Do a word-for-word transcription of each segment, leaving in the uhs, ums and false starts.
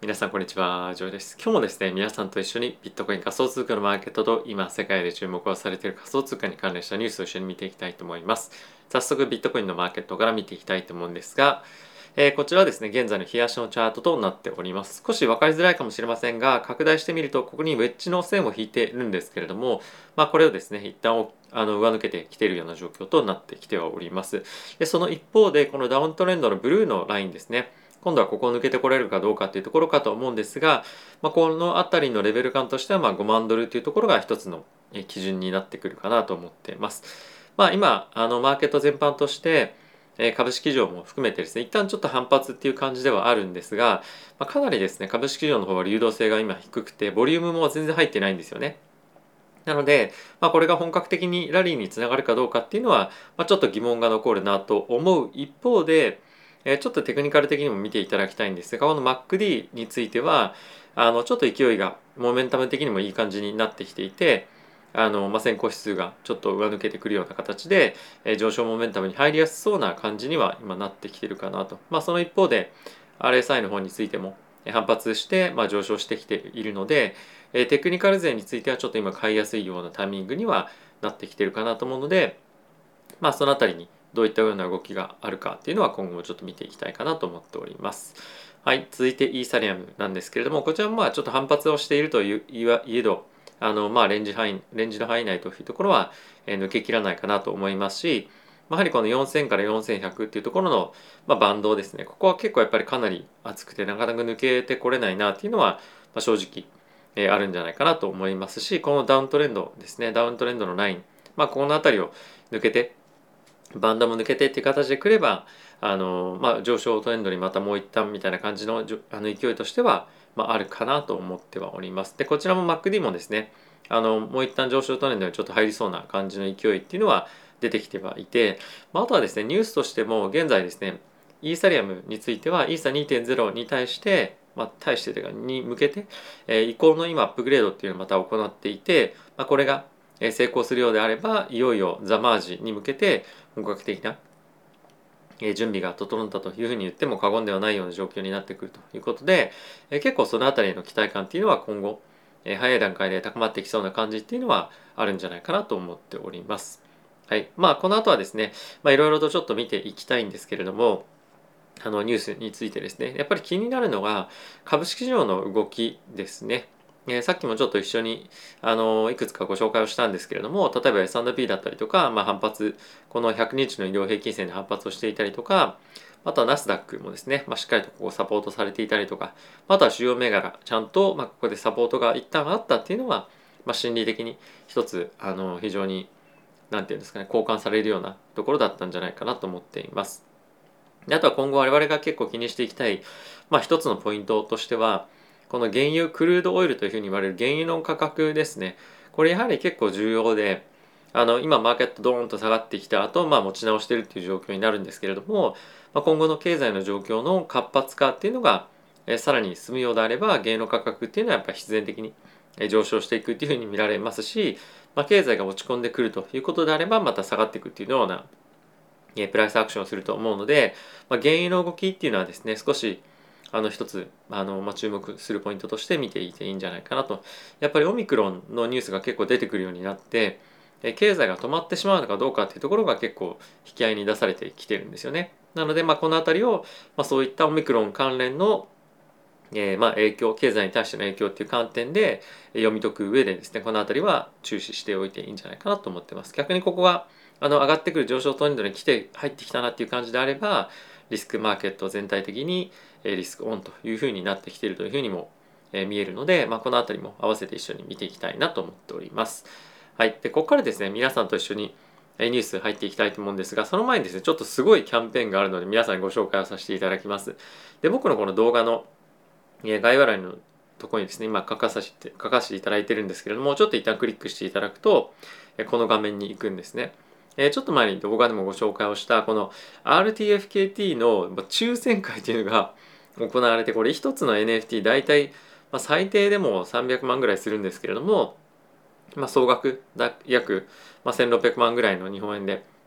皆さんこんにちは、ジョーです。今日もですね、皆さんと一緒にビットコイン仮想通貨のマーケットと今世界で注目をされている仮想通貨に関連したニュースを一緒に見ていきたいと思います。早速ビットコインのマーケットから見ていきたいと思うんですが、えーこちらはですね、現在の日足のチャートとなっております。少し分かりづらいかもしれませんが、拡大してみるとここにウェッジの線を引いているんですけれども、まあ、これをですね、一旦あの上抜けてきているような状況となってきてはおります。で、その一方でこのダウントレンドのブルーのラインですね。今度はここを抜けてこれるかどうかっていうところかと思うんですが、まあ、この辺りのレベル感としてはまあごまんドルというところが一つの基準になってくるかなと思っています。まあ、今あのマーケット全般として株式市場も含めてですね、一旦ちょっと反発っていう感じではあるんですが、まあ、かなりですね、株式市場の方は流動性が今低くて、ボリュームも全然入ってないんですよね。なので、まあ、これが本格的にラリーにつながるかどうかっていうのは、まあ、ちょっと疑問が残るなと思う一方で、えーちょっとテクニカル的にも見ていただきたいんですが、この マックディー については、あのちょっと勢いが、モメンタム的にもいい感じになってきていて、あのまあ、先行指数がちょっと上抜けてくるような形で、えー上昇モメンタムに入りやすそうな感じには今なってきてるかなと。まあ、その一方で アールエスアイ の方についても反発して、まあ、上昇してきているので、えーテクニカル勢についてはちょっと今買いやすいようなタイミングにはなってきてるかなと思うので、まあ、そのあたりにどういったような動きがあるかっていうのは今後もちょっと見ていきたいかなと思っております。はい、続いてイーサリアムなんですけれども、こちらもまあちょっと反発をしているといういえど、あのまあレンジ範囲、レンジの範囲内というところは抜けきらないかなと思いますし、やはりこのよんせんからよんせんひゃくっていうところの、まあ、バンドですね、ここは結構やっぱりかなり厚くてなかなか抜けてこれないなっていうのは、まあ、正直、えーあるんじゃないかなと思いますし、このダウントレンドですね、ダウントレンドのライン、まあ、この辺りを抜けて、バンダム抜けてっていう形でくれば、あの、まあ、上昇トレンドにまたもう一旦みたいな感じのじょあの勢いとしては、まあ、あるかなと思ってはおります。で、こちらも マックディー もですね、あの、もう一旦上昇トレンドにちょっと入りそうな感じの勢いっていうのは出てきてはいて、まあ、あとはですね、ニュースとしても現在ですね、イーサリアムについてはイーサ にてんゼロ に対して、まあ、対してというかに向けて、えー移行の今アップグレードっていうのをまた行っていて、まあ、これが成功するようであれば、いよいよザマージに向けて本格的な準備が整ったというふうに言っても過言ではないような状況になってくるということで、結構そのあたりの期待感っていうのは今後早い段階で高まってきそうな感じっていうのはあるんじゃないかなと思っております。はい。まあこの後はですね、まあいろいろとちょっと見ていきたいんですけれども、あのニュースについてですね、やっぱり気になるのが株式市場の動きですね。えーさっきもちょっと一緒にあのいくつかご紹介をしたんですけれども、例えば エスアンドピー だったりとか、まあ、反発、このひゃくにちの移動平均線で反発をしていたりとか、あとはナスダックもですね、まあ、しっかりとここサポートされていたりとか、あとは主要銘柄、ちゃんと、まあ、ここでサポートが一旦あったっていうのは、まあ、心理的に一つあの非常に何て言うんですかね、交換されるようなところだったんじゃないかなと思っています。であとは今後我々が結構気にしていきたい、まあ、一つのポイントとしては、この原油クルードオイルというふうに言われる原油の価格ですね。これやはり結構重要で、あの今マーケットドーンと下がってきた後、まあ、持ち直しているという状況になるんですけれども、まあ、今後の経済の状況の活発化っていうのがえさらに進むようであれば、原油の価格っていうのはやっぱり必然的に上昇していくっていうふうに見られますし、まあ、経済が落ち込んでくるということであればまた下がっていくっていうようなプライスアクションをすると思うので、まあ、原油の動きっていうのはですね、少しあの一つあの、まあ、注目するポイントとして見ていていいんじゃないかなと。やっぱりオミクロンのニュースが結構出てくるようになって、経済が止まってしまうのかどうかっていうところが結構引き合いに出されてきてるんですよね。なので、まあ、この辺りを、まあ、そういったオミクロン関連のえーまあ影響、経済に対しての影響っていう観点で読み解く上でですね、この辺りは注視しておいていいんじゃないかなと思ってます。逆にここがあの上がってくる上昇トレンドに来て入ってきたなっていう感じであれば、リスクマーケット全体的にリスクオンというふうになってきているというふうにも見えるので、まあ、この辺りも合わせて一緒に見ていきたいなと思っております。はい。で、ここからですね、皆さんと一緒にニュース入っていきたいと思うんですが、その前にですね、ちょっとすごいキャンペーンがあるので皆さんにご紹介をさせていただきます。で、僕のこの動画の概要欄のところにですね、今書かさせて、書かせていただいてるんですけれども、ちょっと一旦クリックしていただくと、この画面に行くんですね。ちょっと前に動画でもご紹介をしたこの アールティーエフケーティー の抽選会というのが行われて、これ一つの エヌエフティー 大体最低でもさんびゃくまんぐらいするんですけれども、まあ、総額約せんろっぴゃくまんぐらいの日本円で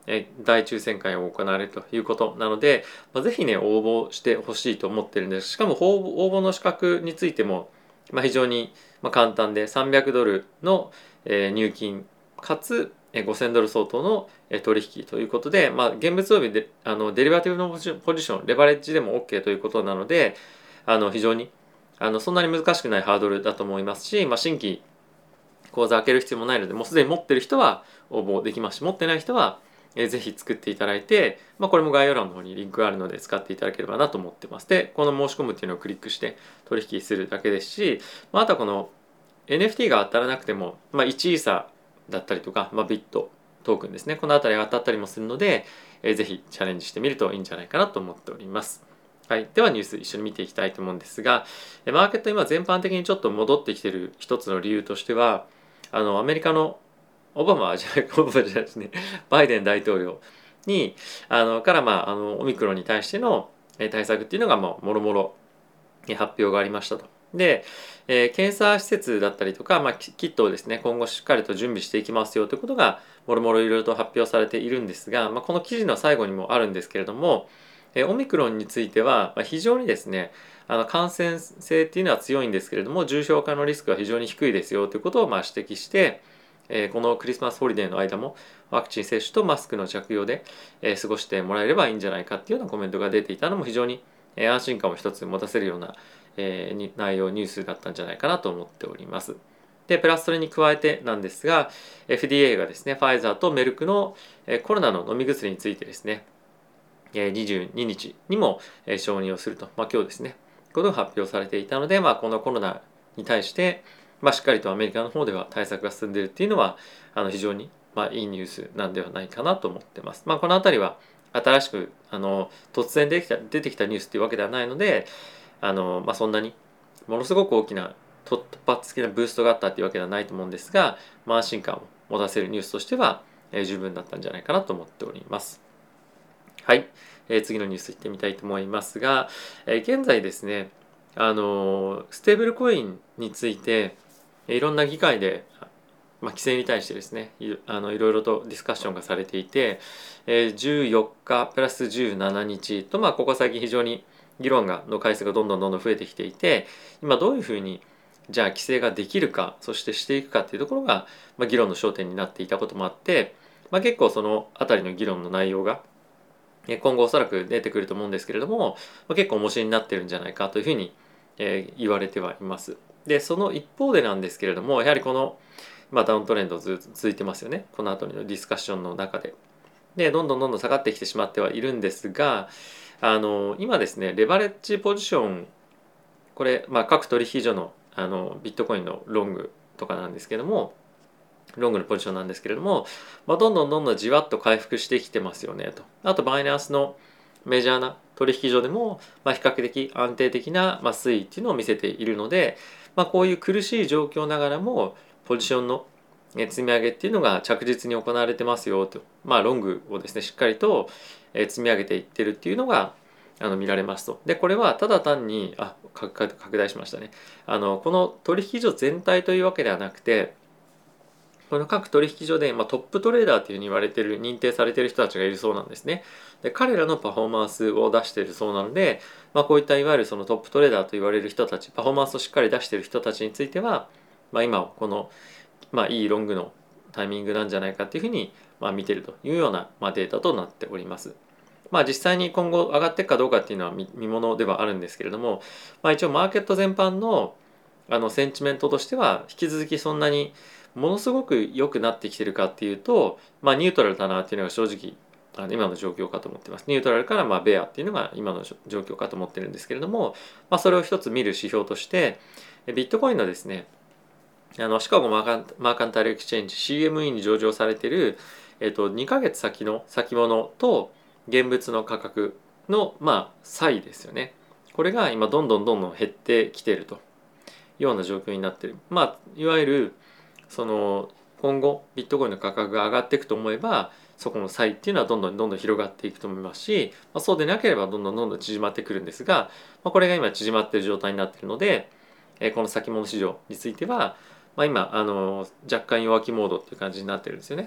え大抽選会を行われるということなので、まあ、ぜひね応募してほしいと思ってるんです。しかも応募の資格についても、まあ、非常に簡単でさんびゃくドルの入金かつごせんドル相当の取引ということで、まあ、現物及びであのデリバティブのポジションレバレッジでも OK ということなので、あの非常にあのそんなに難しくないハードルだと思いますし、まあ、新規口座開ける必要もないので、もうすでに持ってる人は応募できますし、持ってない人はぜひ作っていただいて、まあ、これも概要欄の方にリンクがあるので使っていただければなと思ってます。で、この申し込むっていうのをクリックして取引するだけですし、まあ、あとはこの エヌエフティー が当たらなくても、まあ、いちイーサだったりとか、まあ、ビットトークンですね、このあたりが当たったりもするので、えー、ぜひチャレンジしてみるといいんじゃないかなと思っております。はい、ではニュース一緒に見ていきたいと思うんですが、マーケット今全般的にちょっと戻ってきている一つの理由としては、あのアメリカのオバマじゃないオバマじゃないですねバイデン大統領にあのから、まあ、あのオミクロンに対しての対策っていうのがもろもろ発表がありましたと。で、えー、検査施設だったりとか、まあ、キットをですね今後しっかりと準備していきますよということがもろもろいろいろと発表されているんですが、まあ、この記事の最後にもあるんですけれども、えー、オミクロンについては、まあ、非常にですねあの感染性っていうのは強いんですけれども重症化のリスクは非常に低いですよということをまあ指摘して、えー、このクリスマスホリデーの間もワクチン接種とマスクの着用で、えー、過ごしてもらえればいいんじゃないかっていうようなコメントが出ていたのも非常に、えー、安心感を一つ持たせるような、えー、内容ニュースだったんじゃないかなと思っております。でプラスそれに加えてなんですが エフディーエー がですねファイザーとメルクのコロナの飲み薬についてですねにじゅうににちにも承認をすると、まあ、今日ですねことが発表されていたので、まあ、このコロナに対して、まあ、しっかりとアメリカの方では対策が進んでいるっていうのはあの非常に、まあ、いいニュースなんではないかなと思ってます。まあ、このあたりは新しくあの突然出てきた出てきたニュースっていうわけではないのであの、まあ、そんなにものすごく大きな突発的なブーストがあったっていうわけではないと思うんですが、まあ、安心感を持たせるニュースとしては、えー、十分だったんじゃないかなと思っております。はい、えー、次のニュースいってみたいと思いますが、えー、現在ですねあのステーブルコインについていろんな議会で、まあ、規制に対してですねいあのいろいろとディスカッションがされていて、えー、じゅうよっかプラスじゅうしちにちと、まあ、ここ最近非常に議論がの回数がどんどんどんどん増えてきていて今どういうふうにじゃあ規制ができるかそしてしていくかっていうところが、まあ、議論の焦点になっていたこともあって、まあ、結構そのあたりの議論の内容が今後おそらく出てくると思うんですけれども、まあ、結構重しになってるんじゃないかというふうに、えー、言われてはいます。でその一方でなんですけれどもやはりこの、まあ、ダウントレンドずっと続いてますよねこの後のディスカッションの中で。でどんどんどんどん下がってきてしまってはいるんですがあの今ですねレバレッジポジションこれ、まあ、各取引所のあのビットコインのロングとかなんですけどもロングのポジションなんですけれども、まあ、どんどんどんどんじわっと回復してきてますよねと。あとバイナンスのメジャーな取引所でも、まあ、比較的安定的な、まあ、推移っていうのを見せているので、まあ、こういう苦しい状況ながらもポジションの積み上げっていうのが着実に行われてますよと、まあ、ロングをですねしっかりと積み上げていってるっていうのがあの見られますと。でこれはただ単にあ拡大しましたねあのこの取引所全体というわけではなくてこの各取引所で、まあ、トップトレーダーというふうに言われている認定されている人たちがいるそうなんですね。で彼らのパフォーマンスを出しているそうなので、まあ、こういったいわゆるそのトップトレーダーと言われる人たちパフォーマンスをしっかり出している人たちについては、まあ、今この、まあ、いいロングのタイミングなんじゃないかというふうに、まあ、見ているというような、まあ、データとなっております。まあ、実際に今後上がっていくかどうかっていうのは見ものではあるんですけれども、まあ、一応マーケット全般のあのセンチメントとしては引き続きそんなにものすごく良くなってきてるかっていうと、まあ、ニュートラルだなっていうのが正直あの今の状況かと思ってます。ニュートラルからまあベアっていうのが今の状況かと思ってるんですけれども、まあ、それを一つ見る指標としてビットコインのですねあのシカゴマーカンマーカンタルエクチェンジ シーエムイー に上場されている、えっと、にかげつ先の先物と現物の価格のまあ差異ですよね。これが今どんどんどんどん減ってきているというような状況になっている。まあいわゆるその今後ビットコインの価格が上がっていくと思えばそこの差異っていうのはどんどんどんどん広がっていくと思いますし、まあ、そうでなければどんどんどんどん縮まってくるんですが、まあ、これが今縮まっている状態になっているので、えー、この先物市場については、まあ、今あの若干弱気モードっていう感じになってるんですよね。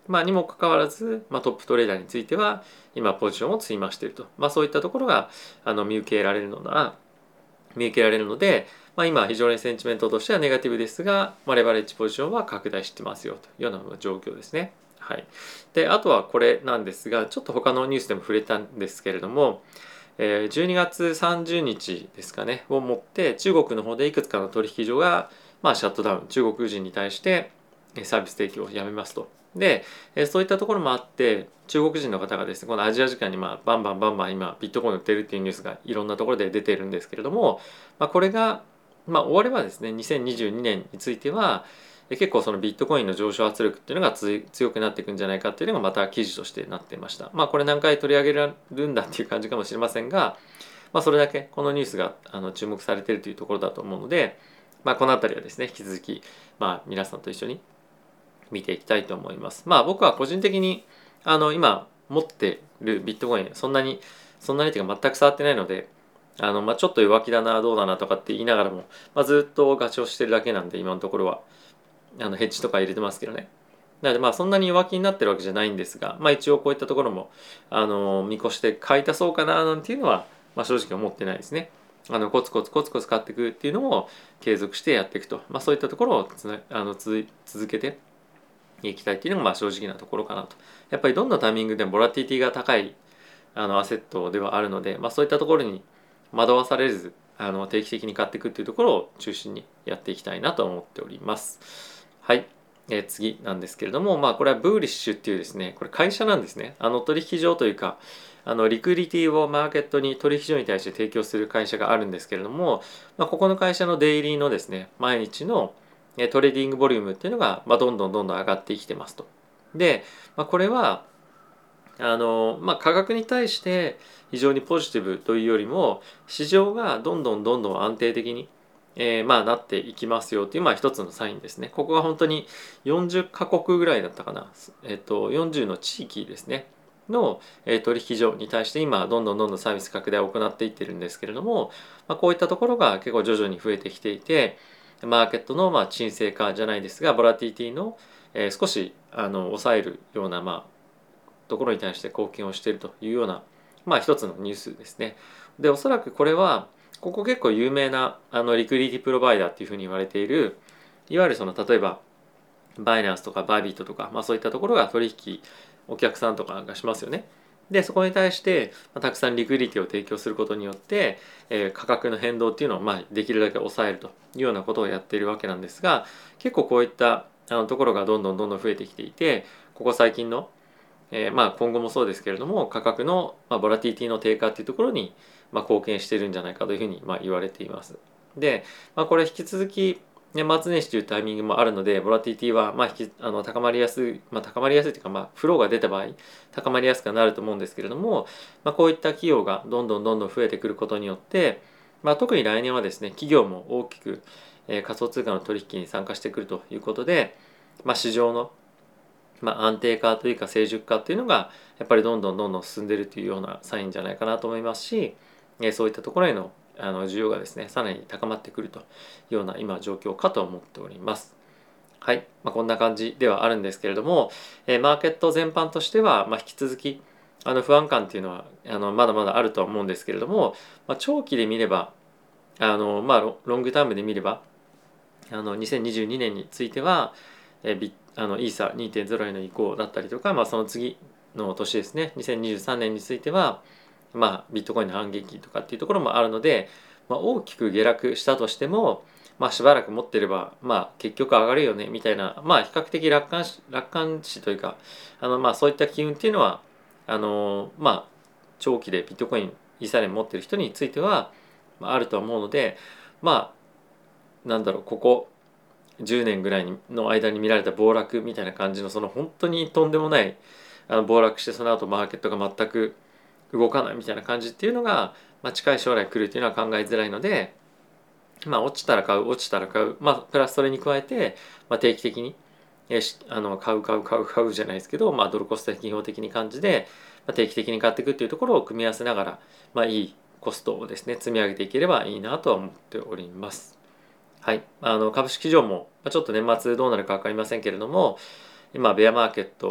まあ、にもかかわらず、まあ、トップトレーダーについては今ポジションを追増していると、まあ、そういったところがあの見受けられるのなら見受けられるので、まあ、今非常にセンチメントとしてはネガティブですが、まあ、レバレッジポジションは拡大してますよというような状況ですね。はい、であとはこれなんですが、ちょっと他のニュースでも触れたんですけれども、えー、じゅうにがつさんじゅうにちですかねをもって中国の方でいくつかの取引所が、まあ、シャットダウン、中国人に対してサービス提供をやめますと。でそういったところもあって中国人の方がですね、このアジア時間にまあバンバンバンバン今ビットコイン売ってるっていうニュースがいろんなところで出てるんですけれども、まあ、これが、まあ、終わればですねにせんにじゅうにねんについては結構そのビットコインの上昇圧力っていうのが強くなっていくんじゃないかっていうのがまた記事としてなっていました。まあこれ何回取り上げられるんだっていう感じかもしれませんが、まあ、それだけこのニュースがあの注目されているというところだと思うので、まあ、この辺りはですね引き続き、まあ、皆さんと一緒に見ていきたいと思います。まあ僕は個人的にあの今持ってるビットコインそんなにそんなにっていうか全く触ってないので、あのまあちょっと弱気だなどうだなとかって言いながらも、まあ、ずっとガチをしてるだけなんで今のところはあのヘッジとか入れてますけどね。なのでまあそんなに弱気になってるわけじゃないんですが、まあ一応こういったところもあの見越して買い足そうかななんていうのは、まあ、正直思ってないですね。あのコツコツコツコツ買っていくっていうのを継続してやっていくと、まあ、そういったところをつなあのつ続けていきたいっていうのがまあ正直なところかなと。やっぱりどんなタイミングでもボラティリティが高いあのアセットではあるので、まあ、そういったところに惑わされずあの定期的に買っていくっていうところを中心にやっていきたいなと思っております。はい、えー、次なんですけれども、まあこれはブーリッシュっていうですね、これ会社なんですね。あの取引所というかあのリクリティをマーケットに取引所に対して提供する会社があるんですけれども、まあ、ここの会社のデイリーのですね毎日のトレーディングボリュームっていうのが、まあ、どんどんどんどん上がってきてますと。で、まあ、これはあの、まあ、価格に対して非常にポジティブというよりも市場がどんどんどんどん安定的に、えー、まあなっていきますよっていう、まあ、一つのサインですね。ここが本当によんじゅっかこくぐらいだったかな、えっと、よんじゅうの地域ですねの取引所に対して今どんどんどんどんサービス拡大を行っていってるんですけれども、まあ、こういったところが結構徐々に増えてきていて、マーケットのまあ沈静化じゃないですがボラティティの少しあの抑えるようなまあところに対して貢献をしているというような、まあ、一つのニュースですね。でおそらくこれはここ結構有名なあのリクリティプロバイダーっていうふうに言われている、いわゆるその例えばバイナンスとかバービートとか、まあ、そういったところが取引お客さんとかがしますよね。でそこに対して、まあ、たくさんリクリティを提供することによって、えー、価格の変動っていうのを、まあ、できるだけ抑えるというようなことをやっているわけなんですが、結構こういったあのところがどんどんどんどん増えてきていて、ここ最近のえー、まあ今後もそうですけれども価格の、まあ、ボラティティの低下っていうところに、まあ、貢献しているんじゃないかというふうに、まあ、言われています。で、まあ、これ引き続き年末年始というタイミングもあるのでボラティティはまあ引きあの高まりやすい、まあ、高まりやすいというか、まあ、フローが出た場合高まりやすくなると思うんですけれども、まあ、こういった企業がどんどんどんどん増えてくることによって、まあ、特に来年はですね企業も大きく、えー、仮想通貨の取引に参加してくるということで、まあ、市場のまあ、安定化というか成熟化っていうのがやっぱりどんどんどんどん進んでいるというようなサインじゃないかなと思いますし、そういったところへのあの需要がですねさらに高まってくるというような今状況かと思っております。はい、まあ、こんな感じではあるんですけれども、マーケット全般としては、まあ、引き続きあの不安感っていうのはあのまだまだあるとは思うんですけれども、まあ、長期で見ればあの、まあ、ロングタームで見ればあのにせんにじゅうにねんについてはえビあのイーサ にてんゼロ への移行だったりとか、まあ、その次の年ですねにせんにじゅうさんねんについては、まあ、ビットコインの反撃とかっていうところもあるので、まあ、大きく下落したとしても、まあ、しばらく持ってれば、まあ、結局上がるよねみたいな、まあ、比較的楽観し楽観視というかあの、まあ、そういった機運っていうのはあの、まあ、長期でビットコインイーサリアム持ってる人については、まあ、あると思うので、まあなんだろうここじゅうねんぐらいの間に見られた暴落みたいな感じのその本当にとんでもないあの暴落してその後マーケットが全く動かないみたいな感じっていうのが、まあ、近い将来来るっていうのは考えづらいので、まあ、落ちたら買う落ちたら買う、まあ、プラスそれに加えて、まあ、定期的にえしあの買う買う買う買うじゃないですけど、まあ、ドルコスト金法的に感じで、まあ、定期的に買っていくっていうところを組み合わせながら、まあ、いいコストをですね積み上げていければいいなとは思っております。はい、あの株式市場もちょっと年末どうなるか分かりませんけれども今ベアマーケット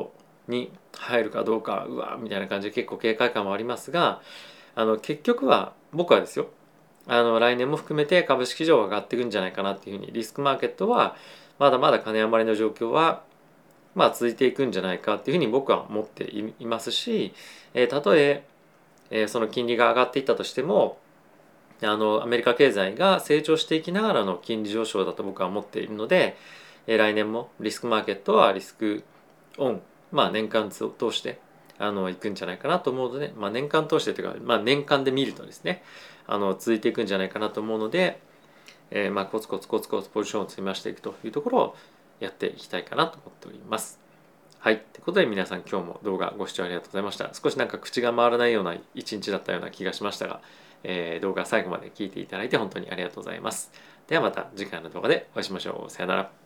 に入るかどうかうわみたいな感じで結構警戒感もありますが、あの結局は僕はですよ、あの来年も含めて株式市場は上がっていくんじゃないかなっていうふうに、リスクマーケットはまだまだ金余りの状況はまあ続いていくんじゃないかっていうふうに僕は思っていますし、えー、たとええーその金利が上がっていったとしても、あのアメリカ経済が成長していきながらの金利上昇だと僕は思っているので、えー来年もリスクマーケットはリスクオン、まあ年間通してあの行くんじゃないかなと思うので、まあ、年間通してというか、まあ、年間で見るとですね、あの続いていくんじゃないかなと思うので、えーまあコツコツコツコツポジションを積み増していくというところをやっていきたいかなと思っております。はい。ということで皆さん今日も動画ご視聴ありがとうございました。少しなんか口が回らないような一日だったような気がしましたが、えー動画最後まで聞いていただいて本当にありがとうございます。ではまた次回の動画でお会いしましょう。さよなら。